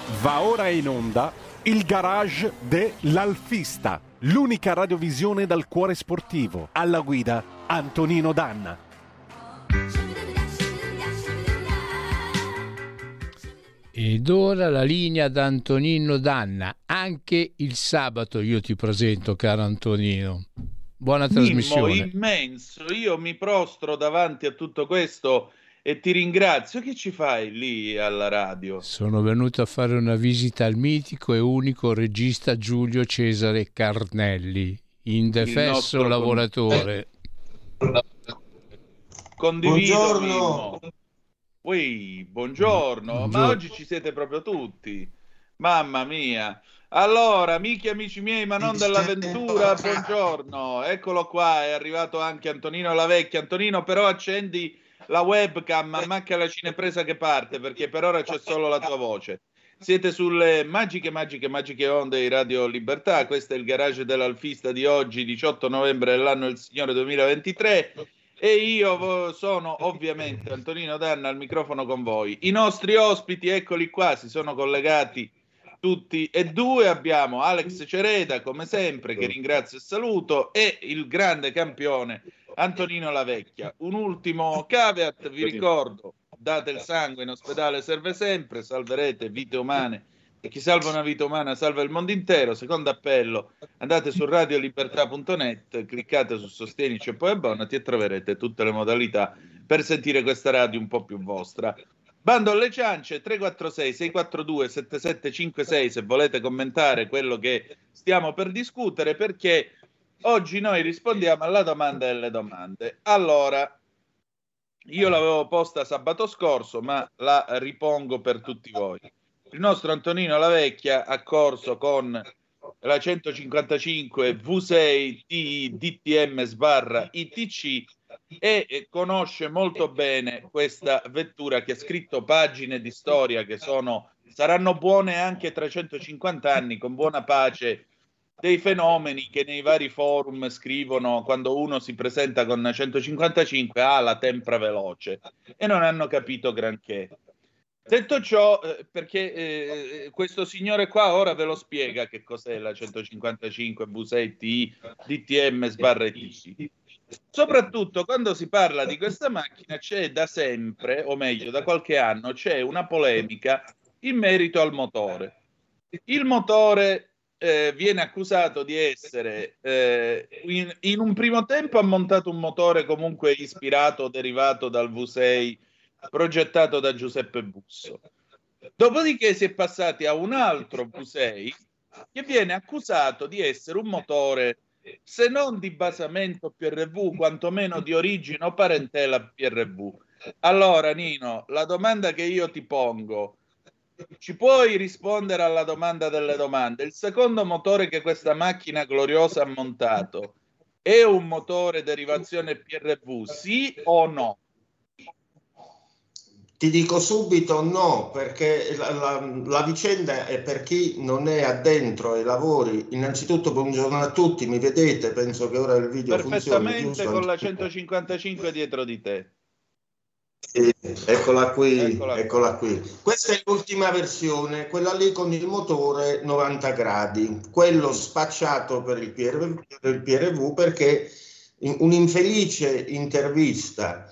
Va ora in onda il garage dell'Alfista, l'unica radiovisione dal cuore sportivo. Alla guida Antonino Danna. Ed ora la linea da Antonino Danna. Anche il sabato io ti presento, caro Antonino. Buona trasmissione. Mimmo immenso, io mi prostro davanti a tutto questo e ti ringrazio. Che ci fai lì alla radio? Sono venuto a fare una visita al mitico e unico regista Giulio Cesare Carnelli, indefesso lavoratore. Condivido. Buongiorno. Ui, buongiorno. Ma oggi ci siete proprio tutti. Mamma mia. Allora, amici miei, ma non dell'avventura, buongiorno. Eccolo qua, è arrivato anche Antonino La Vecchia. Antonino, però accendi la webcam, manca la cinepresa che parte, perché per ora c'è solo la tua voce. Siete sulle magiche onde di Radio Libertà. Questo è il garage dell'Alfista di oggi, 18 novembre dell'anno del Signore 2023. E io sono ovviamente Antonino Danna al microfono con voi. I nostri ospiti, eccoli qua, si sono collegati tutti e due. Abbiamo Alex Cereda, come sempre, che ringrazio e saluto, e il grande campione Antonino La Vecchia. Un ultimo caveat, vi ricordo, date il sangue, in ospedale serve sempre, salverete vite umane. E chi salva una vita umana salva il mondo intero. Secondo appello, andate su radiolibertà.net, cliccate su Sostienici e poi abbonati e troverete tutte le modalità per sentire questa radio un po' più vostra. Bando alle ciance, 346-642-7756 se volete commentare quello che stiamo per discutere, perché oggi noi rispondiamo alla domanda delle domande. Allora, io l'avevo posta sabato scorso, ma la ripongo per tutti voi. Il nostro Antonino La Vecchia ha corso con la 155 V6 DTM/ITC e conosce molto bene questa vettura, che ha scritto pagine di storia che saranno buone anche 350 anni, con buona pace dei fenomeni che nei vari forum scrivono quando uno si presenta con una 155 la tempra veloce, e non hanno capito granché. Detto ciò, perché questo signore qua ora ve lo spiega che cos'è la 155 V6 Ti DTM/ITC. Soprattutto quando si parla di questa macchina c'è da sempre, o meglio da qualche anno, c'è una polemica in merito al motore. Il motore viene accusato di essere, in un primo tempo ha montato un motore comunque ispirato o derivato dal V6 progettato da Giuseppe Busso. Dopodiché si è passati a un altro V6 che viene accusato di essere un motore, se non di basamento PRV, quantomeno di origine o parentela PRV. Allora, Nino, la domanda che io ti pongo, ci puoi rispondere alla domanda delle domande? Il secondo motore che questa macchina gloriosa ha montato è un motore derivazione PRV, sì o no? Ti dico subito no, perché la vicenda è, per chi non è addentro ai lavori. Innanzitutto buongiorno a tutti, mi vedete? Penso che ora il video funzioni. Perfettamente, con la 155 dietro di te. Sì, eccola qui. Questa è l'ultima versione, quella lì con il motore 90 gradi, quello spacciato per il PRV, perché in un'infelice intervista,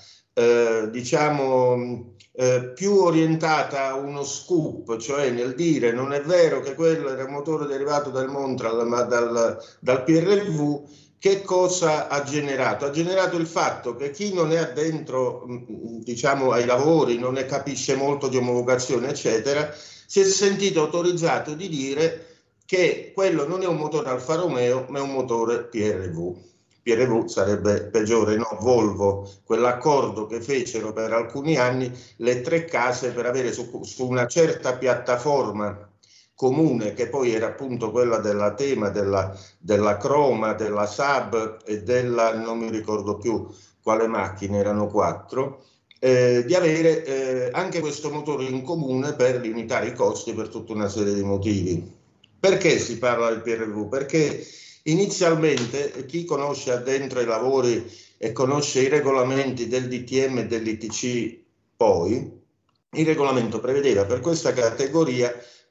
più orientata a uno scoop, cioè nel dire non è vero che quello era un motore derivato dal Montreal ma dal PRV, che cosa ha generato? Ha generato il fatto che chi non è addentro, ai lavori, non ne capisce molto di omologazione, eccetera, si è sentito autorizzato di dire che quello non è un motore Alfa Romeo, ma è un motore PRV. PRV sarebbe peggiore, no? Volvo, quell'accordo che fecero per alcuni anni le tre case per avere su una certa piattaforma comune, che poi era appunto quella della Tema, della Croma, della Saab e della, non mi ricordo più quale macchine, erano 4, di avere anche questo motore in comune per limitare i costi per tutta una serie di motivi. Perché si parla del PRV? Perché inizialmente chi conosce addentro ai lavori e conosce i regolamenti del DTM e dell'ITC, poi il regolamento prevedeva per questa categoria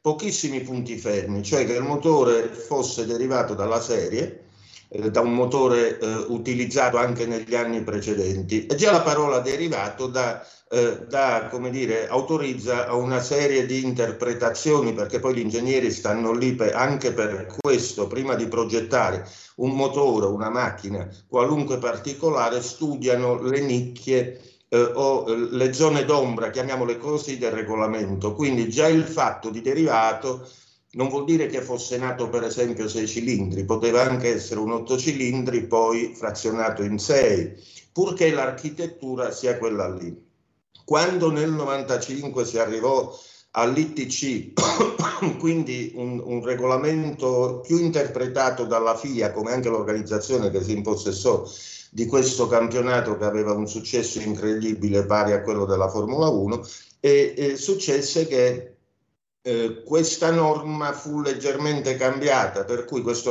pochissimi punti fermi, cioè che il motore fosse derivato dalla serie, da un motore utilizzato anche negli anni precedenti. E già la parola derivato come dire, autorizza a una serie di interpretazioni, perché poi gli ingegneri stanno lì anche per questo, prima di progettare un motore, una macchina, qualunque particolare, studiano le nicchie o le zone d'ombra, chiamiamole così, del regolamento. Quindi già il fatto di derivato non vuol dire che fosse nato per esempio 6 cilindri, poteva anche essere un 8 cilindri poi frazionato in 6, purché l'architettura sia quella lì. Quando nel 95 si arrivò all'ITC, quindi un regolamento più interpretato dalla FIA, come anche l'organizzazione che si impossessò di questo campionato che aveva un successo incredibile pari a quello della Formula 1, successe che questa norma fu leggermente cambiata, per cui questo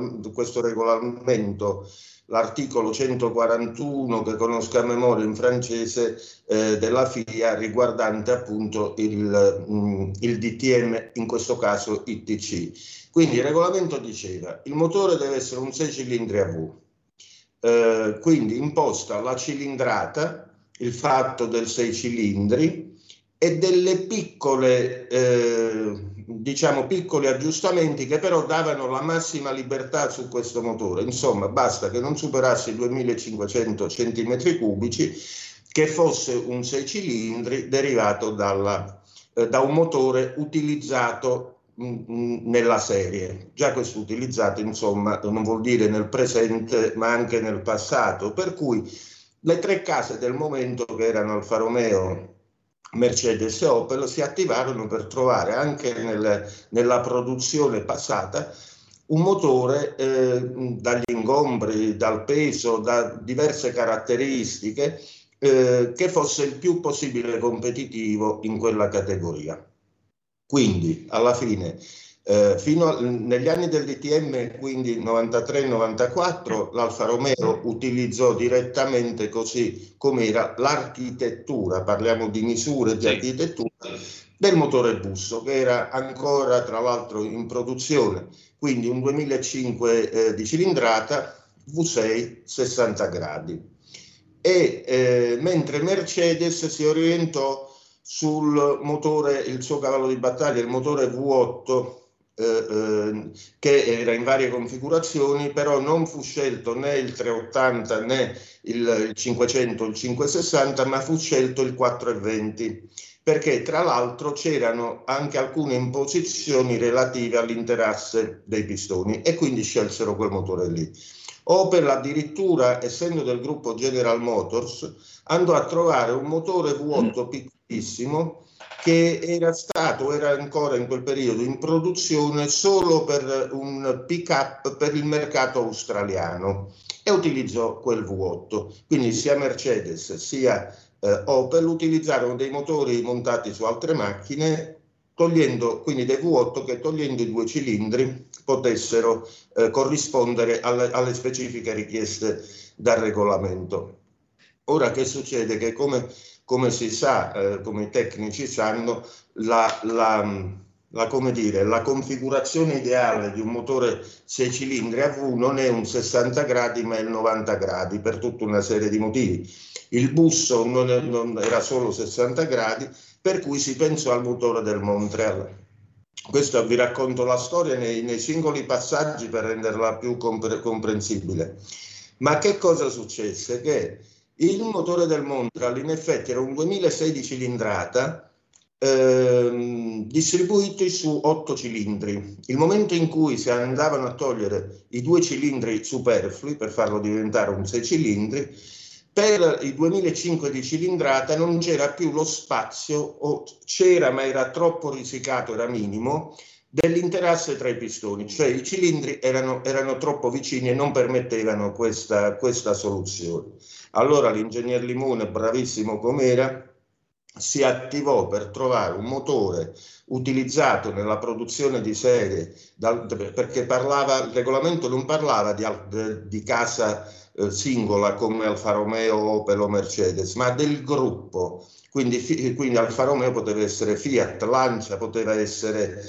regolamento, l'articolo 141 che conosco a memoria in francese della FIA, riguardante appunto il DTM, in questo caso ITC. Quindi il regolamento diceva il motore deve essere un 6 cilindri a V, quindi imposta la cilindrata, il fatto del 6 cilindri e delle piccole, piccoli aggiustamenti che però davano la massima libertà su questo motore. Insomma, basta che non superasse i 2500 centimetri cubici, che fosse un 6 cilindri derivato da un motore utilizzato nella serie. Già questo utilizzato, insomma, non vuol dire nel presente ma anche nel passato, per cui le tre case del momento, che erano Alfa Romeo, Mercedes e Opel, si attivarono per trovare anche nella produzione passata un motore dagli ingombri, dal peso, da diverse caratteristiche, che fosse il più possibile competitivo in quella categoria. Quindi alla fine, negli anni del DTM, quindi 93-94, l'Alfa Romeo utilizzò direttamente, così come era, l'architettura, parliamo di misure di architettura, del motore Busso, che era ancora tra l'altro in produzione, quindi un 2005 di cilindrata, V6 60 gradi. Mentre Mercedes si orientò sul motore, il suo cavallo di battaglia, il motore V8, che era in varie configurazioni, però non fu scelto né il 380 né il 500, il 560, ma fu scelto il 420, perché tra l'altro c'erano anche alcune imposizioni relative all'interasse dei pistoni e quindi scelsero quel motore lì. Opel addirittura, essendo del gruppo General Motors, andò a trovare un motore V8 piccolissimo che era ancora in quel periodo in produzione solo per un pick-up per il mercato australiano, e utilizzò quel V8. Quindi sia Mercedes sia Opel utilizzarono dei motori montati su altre macchine, togliendo quindi dei V8 che, togliendo i 2 cilindri, potessero corrispondere alle specifiche richieste dal regolamento. Ora che succede? Che come si sa, come i tecnici sanno, la configurazione ideale di un motore 6 cilindri a V non è un 60 gradi ma è il 90 gradi, per tutta una serie di motivi. Il Busso non era solo 60 gradi, per cui si pensò al motore del Montreal. Questo vi racconto la storia nei singoli passaggi per renderla più comprensibile. Ma che cosa successe? Che il motore del Montreal in effetti era un 2006 di cilindrata distribuiti su 8 cilindri. Il momento in cui si andavano a togliere i 2 cilindri superflui per farlo diventare un 6 cilindri, per i 2005 di cilindrata non c'era più lo spazio, o c'era ma era troppo risicato, era minimo, dell'interasse tra i pistoni, cioè i cilindri erano troppo vicini e non permettevano questa soluzione. Allora l'ingegner Limone, bravissimo com'era, si attivò per trovare un motore utilizzato nella produzione di serie, perché il regolamento non parlava di casa singola come Alfa Romeo, Opel o Mercedes, ma del gruppo. Quindi Alfa Romeo poteva essere Fiat, Lancia poteva essere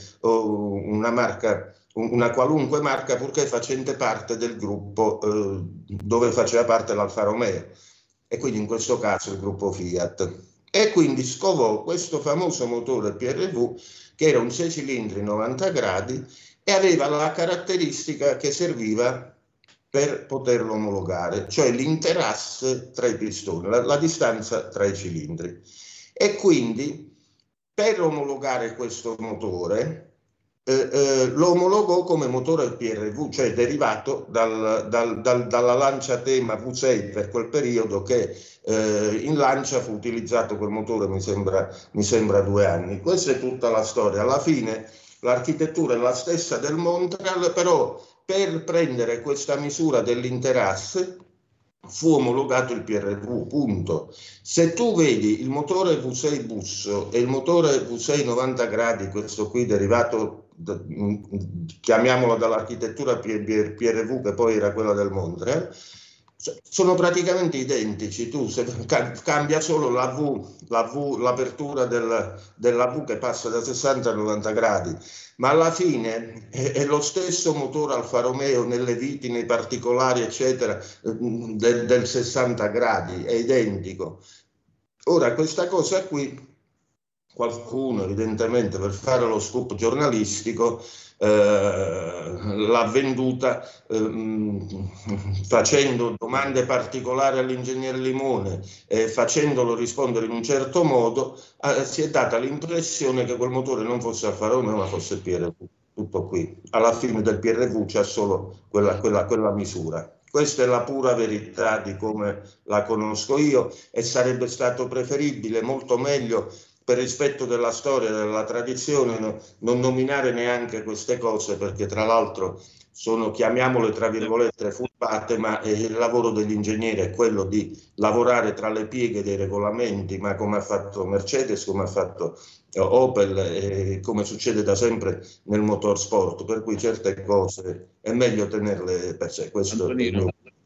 una qualunque marca, purché facente parte del gruppo dove faceva parte l'Alfa Romeo, e quindi in questo caso il gruppo Fiat. E quindi scovò questo famoso motore PRV, che era un 6 cilindri 90 gradi e aveva la caratteristica che serviva per poterlo omologare, cioè l'interasse tra i pistoni, la distanza tra i cilindri. E quindi per omologare questo motore lo omologò come motore PRV, cioè derivato dalla Lancia Tema V6 per quel periodo, che in Lancia fu utilizzato quel motore, mi sembra 2 anni. Questa è tutta la storia. Alla fine l'architettura è la stessa del Montreal, però per prendere questa misura dell'interasse fu omologato il PRV, punto. Se tu vedi il motore V6 Busso e il motore V6 90 gradi, questo qui derivato, chiamiamolo dall'architettura PRV, che poi era quella del Montreal, sono praticamente identici. Cambia solo l'apertura della V, che passa da 60 a 90 gradi, ma alla fine è lo stesso motore Alfa Romeo nelle viti, nei particolari eccetera, del 60 gradi, è identico. Ora questa cosa qui qualcuno evidentemente per fare lo scoop giornalistico l'ha venduta facendo domande particolari all'ingegnere Limone e facendolo rispondere in un certo modo. Si è data l'impressione che quel motore non fosse Alfa Romeo ma fosse PRV. Tutto qui. Alla fine del PRV c'è solo quella misura. Questa è la pura verità di come la conosco io, e sarebbe stato preferibile, molto meglio, per rispetto della storia, della tradizione, non nominare neanche queste cose, perché tra l'altro sono, chiamiamole tra virgolette, furbate, ma il lavoro degli ingegneri è quello di lavorare tra le pieghe dei regolamenti, ma come ha fatto Mercedes, come ha fatto Opel, e come succede da sempre nel motorsport, per cui certe cose è meglio tenerle per sé. Questo Antonino,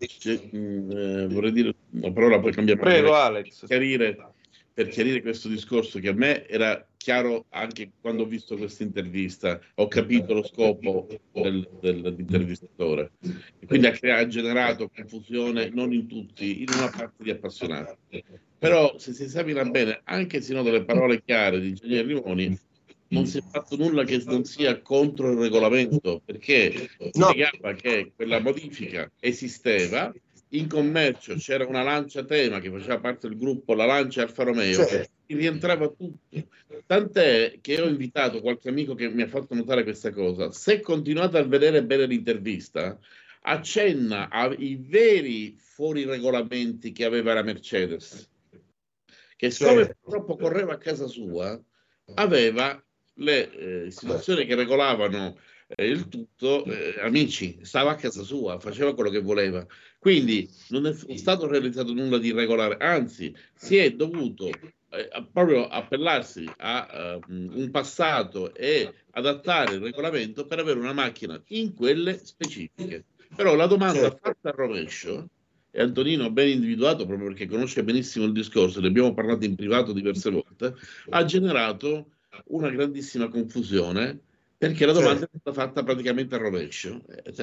vorrei dire una parola, poi cambiamo. Prego, Alex. Per chiarire questo discorso, che a me era chiaro anche quando ho visto questa intervista, ho capito lo scopo dell'intervistatore, e quindi ha generato confusione non in tutti, in una parte di appassionati. Però se si esamina bene, anche se no delle parole chiare di ingegnere Limoni, non si è fatto nulla che non sia contro il regolamento, perché spiegava che quella modifica esisteva. In commercio c'era una Lancia Tema che faceva parte del gruppo, la Lancia Alfa Romeo, e rientrava tutto. Tant'è che ho invitato qualche amico che mi ha fatto notare questa cosa. Se continuate a vedere bene l'intervista, accenna ai veri fuori regolamenti che aveva la Mercedes, che siccome purtroppo correva a casa sua, aveva le situazioni che regolavano il tutto, amici, stava a casa sua, faceva quello che voleva. Quindi non è stato realizzato nulla di irregolare, anzi si è dovuto proprio appellarsi a un passato e adattare il regolamento per avere una macchina in quelle specifiche. Però la domanda fatta al rovescio, e Antonino ha ben individuato, proprio perché conosce benissimo il discorso, ne abbiamo parlato in privato diverse volte, ha generato una grandissima confusione, perché la domanda è stata fatta praticamente al rovescio.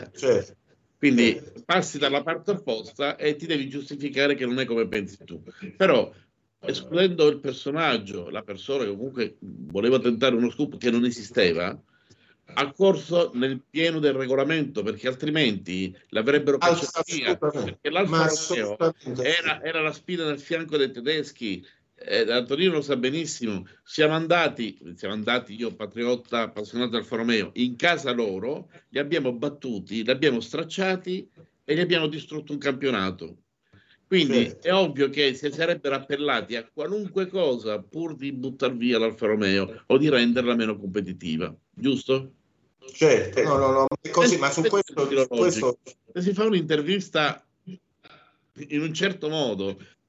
Quindi passi dalla parte opposta e ti devi giustificare che non è come pensi tu. Però, escludendo il personaggio, la persona che comunque voleva tentare uno scoop che non esisteva, ha corso nel pieno del regolamento, perché altrimenti l'avrebbero cacciato via, perché l'Alfa Romeo era la spina nel fianco dei tedeschi. Antonino lo sa benissimo, siamo andati io patriotta appassionato Alfa Romeo in casa loro, li abbiamo battuti, li abbiamo stracciati e gli abbiamo distrutto un campionato. Quindi è ovvio che si sarebbero appellati a qualunque cosa pur di buttar via l'Alfa Romeo o di renderla meno competitiva, giusto? Certo, no, così, ma su questo... Se si fa un'intervista in un certo modo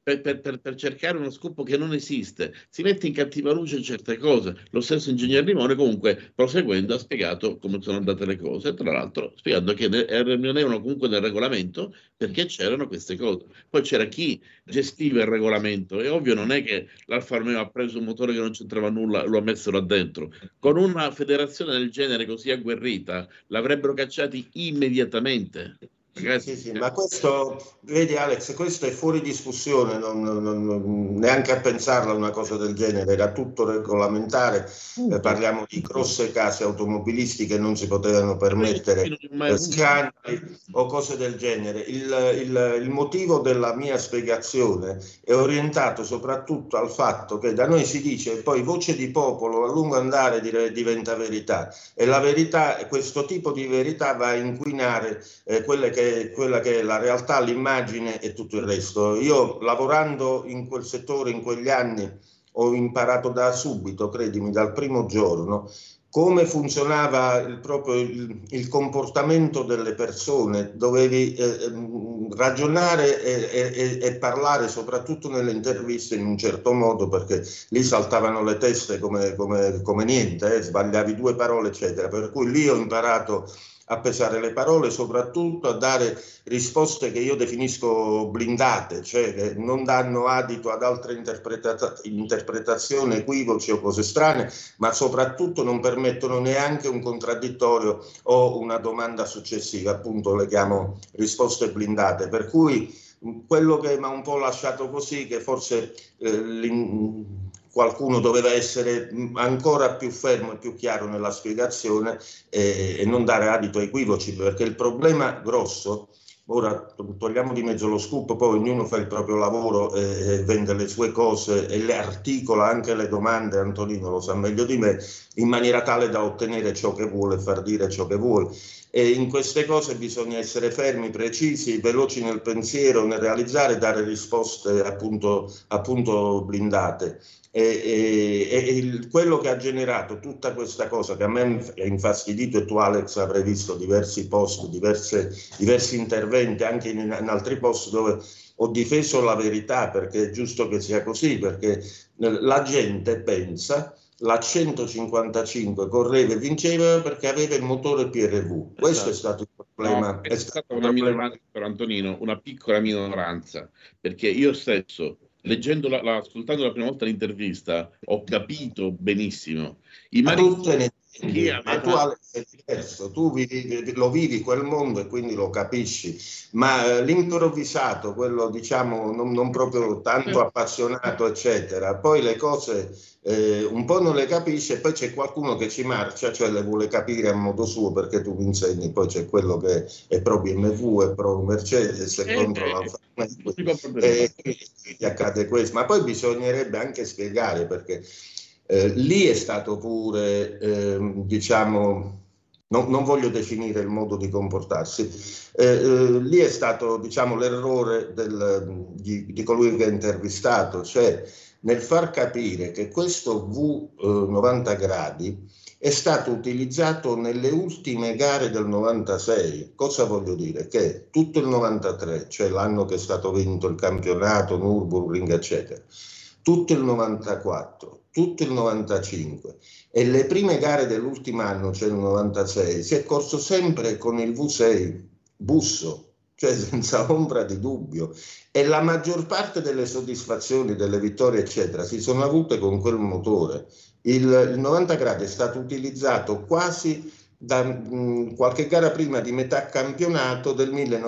per cercare uno scopo che non esiste. Si mette in cattiva luce certe cose. Lo stesso ingegner Limone, comunque, proseguendo, ha spiegato come sono andate le cose, tra l'altro spiegando che non erano comunque nel regolamento perché c'erano queste cose. Poi c'era chi gestiva il regolamento. È ovvio, non è che l'Alfa Romeo ha preso un motore che non c'entrava nulla, lo ha messo là dentro. Con una federazione del genere così agguerrita, l'avrebbero cacciati immediatamente. Sì, ma questo, vedi Alex, questo è fuori discussione, neanche a pensarla una cosa del genere, era tutto regolamentare, parliamo di grosse case automobilistiche, non si potevano permettere scandali o cose del genere. Il motivo della mia spiegazione è orientato soprattutto al fatto che da noi si dice poi voce di popolo a lungo andare diventa verità, e la verità, questo tipo di verità va a inquinare quella che è la realtà, l'immagine e tutto il resto. Io, lavorando in quel settore in quegli anni, ho imparato da subito, credimi, dal primo giorno, come funzionava il comportamento delle persone. Dovevi ragionare e parlare, soprattutto nelle interviste, in un certo modo, perché lì saltavano le teste come niente, sbagliavi 2 parole, eccetera. Per cui lì ho imparato a pesare le parole, soprattutto a dare risposte che io definisco blindate, cioè che non danno adito ad altre interpretazioni, equivoci o cose strane, ma soprattutto non permettono neanche un contraddittorio o una domanda successiva, appunto le chiamo risposte blindate. Per cui quello che mi ha un po' lasciato così, che forse qualcuno doveva essere ancora più fermo e più chiaro nella spiegazione e non dare adito a equivoci, perché il problema grosso, ora togliamo di mezzo lo scoop, poi ognuno fa il proprio lavoro e vende le sue cose e le articola, anche le domande, Antonino lo sa meglio di me, in maniera tale da ottenere ciò che vuole, far dire ciò che vuole. E in queste cose bisogna essere fermi, precisi, veloci nel pensiero, nel realizzare, dare risposte appunto blindate. Quello che ha generato tutta questa cosa, che a me è infastidito, e tu Alex avrai visto diversi post, diversi interventi anche in altri post dove ho difeso la verità, perché è giusto che sia così, perché la gente pensa la 155 correva e vinceva perché aveva il motore PRV. Questo è stato il problema. No, è stata una minoranza, però, Antonino, una piccola minoranza, perché io stesso, ascoltando la prima volta l'intervista, ho capito benissimo. Ma tu è diverso, tu lo vivi quel mondo e quindi lo capisci, ma l'improvvisato, quello diciamo non proprio tanto appassionato eccetera, poi le cose un po' non le capisce, poi c'è qualcuno che ci marcia, cioè le vuole capire a modo suo perché tu mi insegni, poi c'è quello che è pro BMW, è pro Mercedes, è contro l'Alfa Romeo, e quindi accade questo, ma poi bisognerebbe anche spiegare perché lì è stato pure, diciamo, non voglio definire il modo di comportarsi, lì è stato, diciamo, l'errore di colui che ha intervistato, cioè nel far capire che questo V90 gradi è stato utilizzato nelle ultime gare del 96. Cosa voglio dire? Che tutto il 93, cioè l'anno che è stato vinto il campionato, Nürburgring, eccetera, tutto il 94, tutto il 95 e le prime gare dell'ultimo anno, cioè il 96, si è corso sempre con il V6 Busso, cioè senza ombra di dubbio, e la maggior parte delle soddisfazioni, delle vittorie eccetera si sono avute con quel motore. Il 90 gradi è stato utilizzato quasi da qualche gara prima di metà campionato del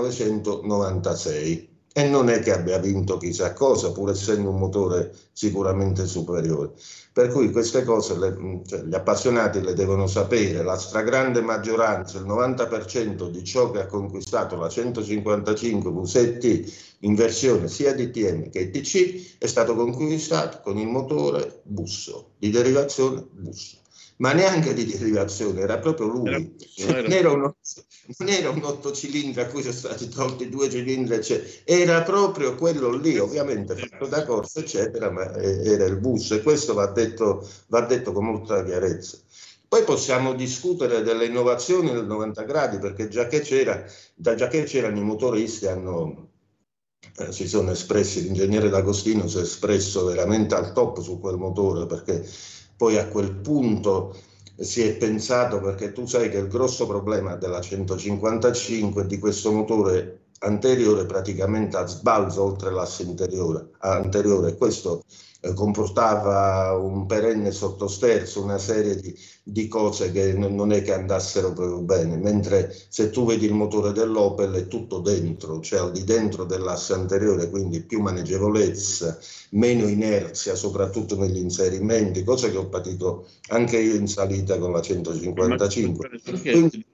1996 e non è che abbia vinto chissà cosa, pur essendo un motore sicuramente superiore. Per cui queste cose gli appassionati le devono sapere. La stragrande maggioranza, il 90% di ciò che ha conquistato la 155 V6T in versione sia DTM che ITC è stato conquistato con il motore Busso, di derivazione Busso. Ma neanche di derivazione, era proprio lui. Non era un 8 cilindri a cui sono stati tolti 2 cilindri, eccetera. Era proprio quello lì, ovviamente fatto da corsa, eccetera, ma era il Busso, e questo va detto con molta chiarezza. Poi possiamo discutere delle innovazioni del 90 gradi, perché già che c'erano i motoristi hanno si sono espressi, l'ingegnere D'Agostino si è espresso veramente al top su quel motore, perché poi a quel punto si è pensato, perché tu sai che il grosso problema della 155 è di questo motore anteriore praticamente a sbalzo oltre l'asse anteriore. Questo comportava un perenne sottosterzo, una serie di cose che non è che andassero proprio bene, mentre se tu vedi il motore dell'Opel è tutto dentro, cioè al di dentro dell'asse anteriore, quindi più maneggevolezza, meno inerzia, soprattutto negli inserimenti, cosa che ho patito anche io in salita con la 155. Quindi,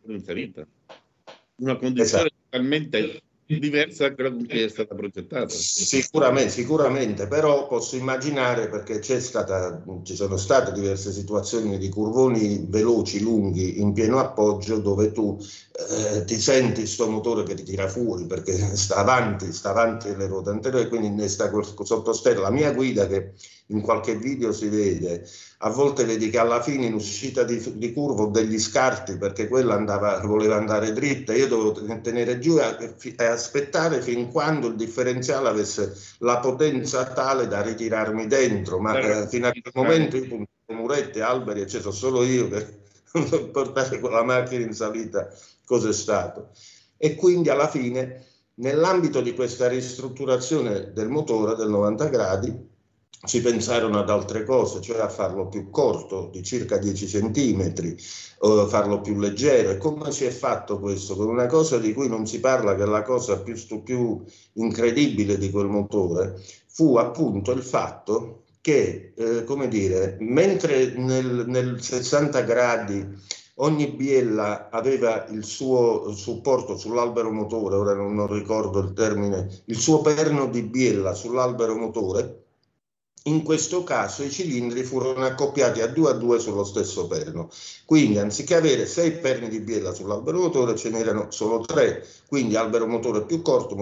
una condizione totalmente diversa da quella con cui è stata progettata. Sicuramente, però posso immaginare, perché ci sono state diverse situazioni di curvoni veloci, lunghi, in pieno appoggio, dove tu ti senti sto motore che ti tira fuori, perché sta avanti le ruote anteriori, quindi ne sta sottosterra. La mia guida, che in qualche video si vede, a volte vedi che alla fine in uscita di curva ho degli scarti, perché quella voleva andare dritta, io dovevo tenere giù e aspettare fin quando il differenziale avesse la potenza tale da ritirarmi dentro, ma fino a quel momento io punto muretti, alberi, eccetera, solo io che portare quella macchina in salita, cos'è stato. E quindi alla fine, nell'ambito di questa ristrutturazione del motore del 90 gradi, si pensarono ad altre cose, cioè a farlo più corto, di circa 10 centimetri, farlo più leggero. E come si è fatto questo? Con una cosa di cui non si parla, che è la cosa più incredibile di quel motore, fu appunto il fatto che, come dire, mentre nel 60 gradi ogni biella aveva il suo supporto sull'albero motore, ora non ricordo il termine, il suo perno di biella sull'albero motore, in questo caso i cilindri furono accoppiati a 2 sullo stesso perno, quindi anziché avere 6 perni di biella sull'albero motore ce n'erano solo 3, quindi albero motore più corto,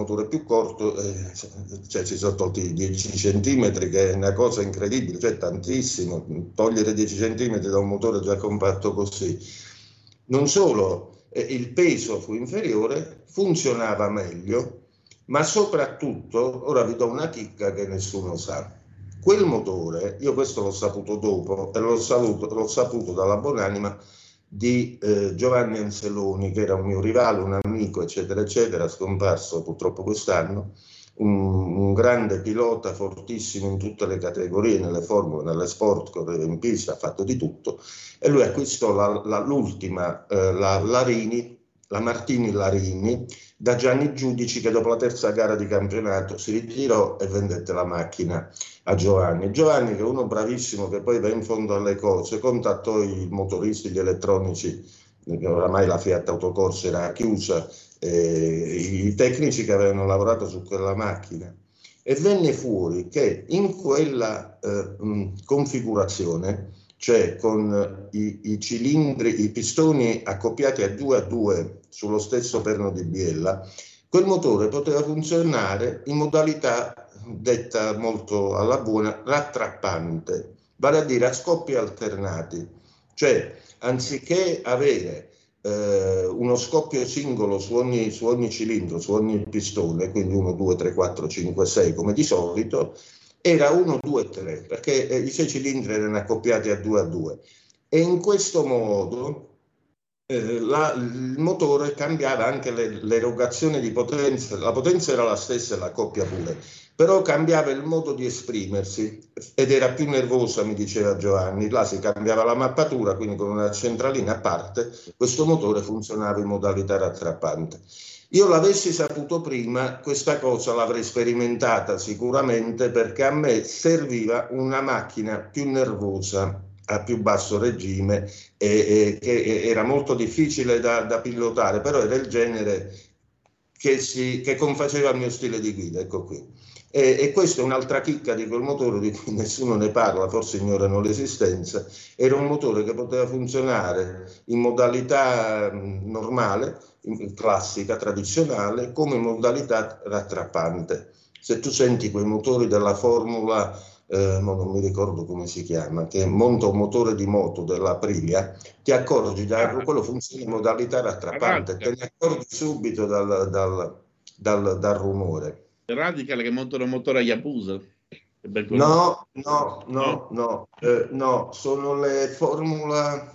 cioè si sono tolti 10 centimetri, che è una cosa incredibile, cioè tantissimo, togliere 10 centimetri da un motore già compatto così. Non solo, il peso fu inferiore, funzionava meglio, ma soprattutto, ora vi do una chicca che nessuno sa. Quel motore, io questo l'ho saputo dopo, e l'ho saputo dalla buonanima di Giovanni Anzelloni, che era un mio rivale, un amico, eccetera, eccetera, scomparso purtroppo quest'anno, un grande pilota, fortissimo in tutte le categorie, nelle formule, nelle sport, correva in pista, ha fatto di tutto, e lui acquistò l'ultima, la Martini Larini, da Gianni Giudici, che dopo la terza gara di campionato si ritirò e vendette la macchina a Giovanni. Giovanni, che è uno bravissimo, che poi va in fondo alle cose, contattò i motoristi, gli elettronici, oramai la Fiat Autocorsa era chiusa, i tecnici che avevano lavorato su quella macchina, e venne fuori che in quella configurazione, cioè con i cilindri, i pistoni accoppiati a 2 sullo stesso perno di biella, quel motore poteva funzionare in modalità detta molto alla buona rattrappante, vale a dire a scoppi alternati, cioè anziché avere uno scoppio singolo su ogni cilindro, su ogni pistone, quindi 1, 2, 3, 4, 5, 6 come di solito, era 1, 2, 3, perché i 6 cilindri erano accoppiati a 2, e in questo modo il motore cambiava anche l'erogazione di potenza. La potenza era la stessa e la coppia pure, però cambiava il modo di esprimersi ed era più nervosa, mi diceva Giovanni. Là si cambiava la mappatura, quindi con una centralina a parte questo motore funzionava in modalità rattrappante. Io l'avessi saputo prima, questa cosa l'avrei sperimentata sicuramente, perché a me serviva una macchina più nervosa, a più basso regime, che era molto difficile da pilotare, però era il genere che confaceva il mio stile di guida, ecco qui. E questa è un'altra chicca di quel motore di cui nessuno ne parla, forse ignorano l'esistenza. Era un motore che poteva funzionare in modalità normale, classica, tradizionale, come in modalità rattrappante. Se tu senti quei motori della Formula, non mi ricordo come si chiama, che monta un motore di moto dell'Aprilia, ti accorgi quello funziona in modalità rattrappante, te ne accorgi subito dal rumore. Radical che montano motore a Yabusa. No, sono le Formula,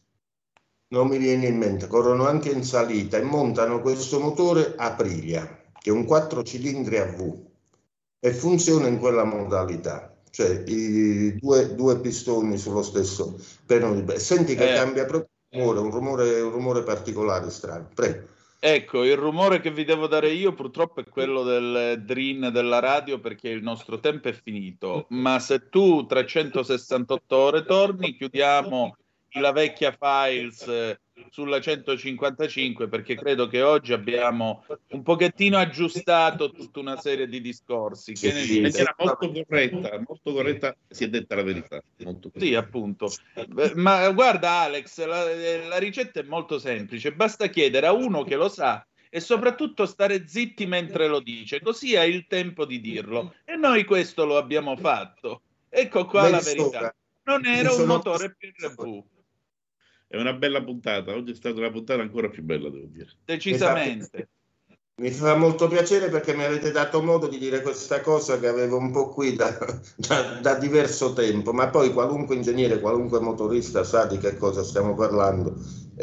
non mi viene in mente, corrono anche in salita e montano questo motore Aprilia, che è un 4 cilindri a V e funziona in quella modalità, cioè i due pistoni sullo stesso perno di senti che cambia proprio un rumore particolare, strano. Prego. Ecco, il rumore che vi devo dare io purtroppo è quello del drin della radio, perché il nostro tempo è finito, ma se tu 368 ore torni, chiudiamo la vecchia Files sulla 155, perché credo che oggi abbiamo un pochettino aggiustato tutta una serie di discorsi. Che era molto corretta, si è detta la verità. Sì, appunto. Ma guarda Alex, la ricetta è molto semplice, basta chiedere a uno che lo sa e soprattutto stare zitti mentre lo dice, così hai il tempo di dirlo. E noi questo lo abbiamo fatto. Ecco qua la verità. Non era un motore PRV. È una bella puntata, oggi è stata una puntata ancora più bella, devo dire. Decisamente. Mi fa molto piacere perché mi avete dato modo di dire questa cosa che avevo un po' qui da diverso tempo, ma poi qualunque ingegnere, qualunque motorista sa di che cosa stiamo parlando,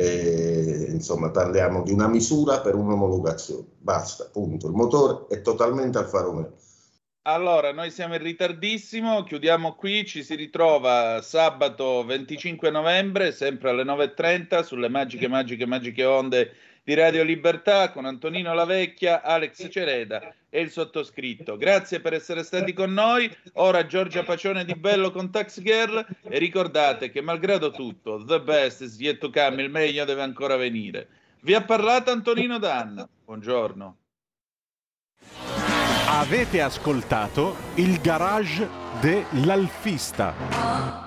insomma parliamo di una misura per un'omologazione, basta, punto. Il motore è totalmente Alfa Romeo. Allora, noi siamo in ritardissimo, chiudiamo qui, ci si ritrova sabato 25 novembre, sempre alle 9:30, sulle magiche onde di Radio Libertà, con Antonino Lavecchia, Alex Cereda e il sottoscritto. Grazie per essere stati con noi. Ora Giorgia Pacione di Bello con Tax Girl, e ricordate che malgrado tutto, the best is yet to come, il meglio deve ancora venire. Vi ha parlato Antonino Danna. Buongiorno. Avete ascoltato il garage dell'Alfista.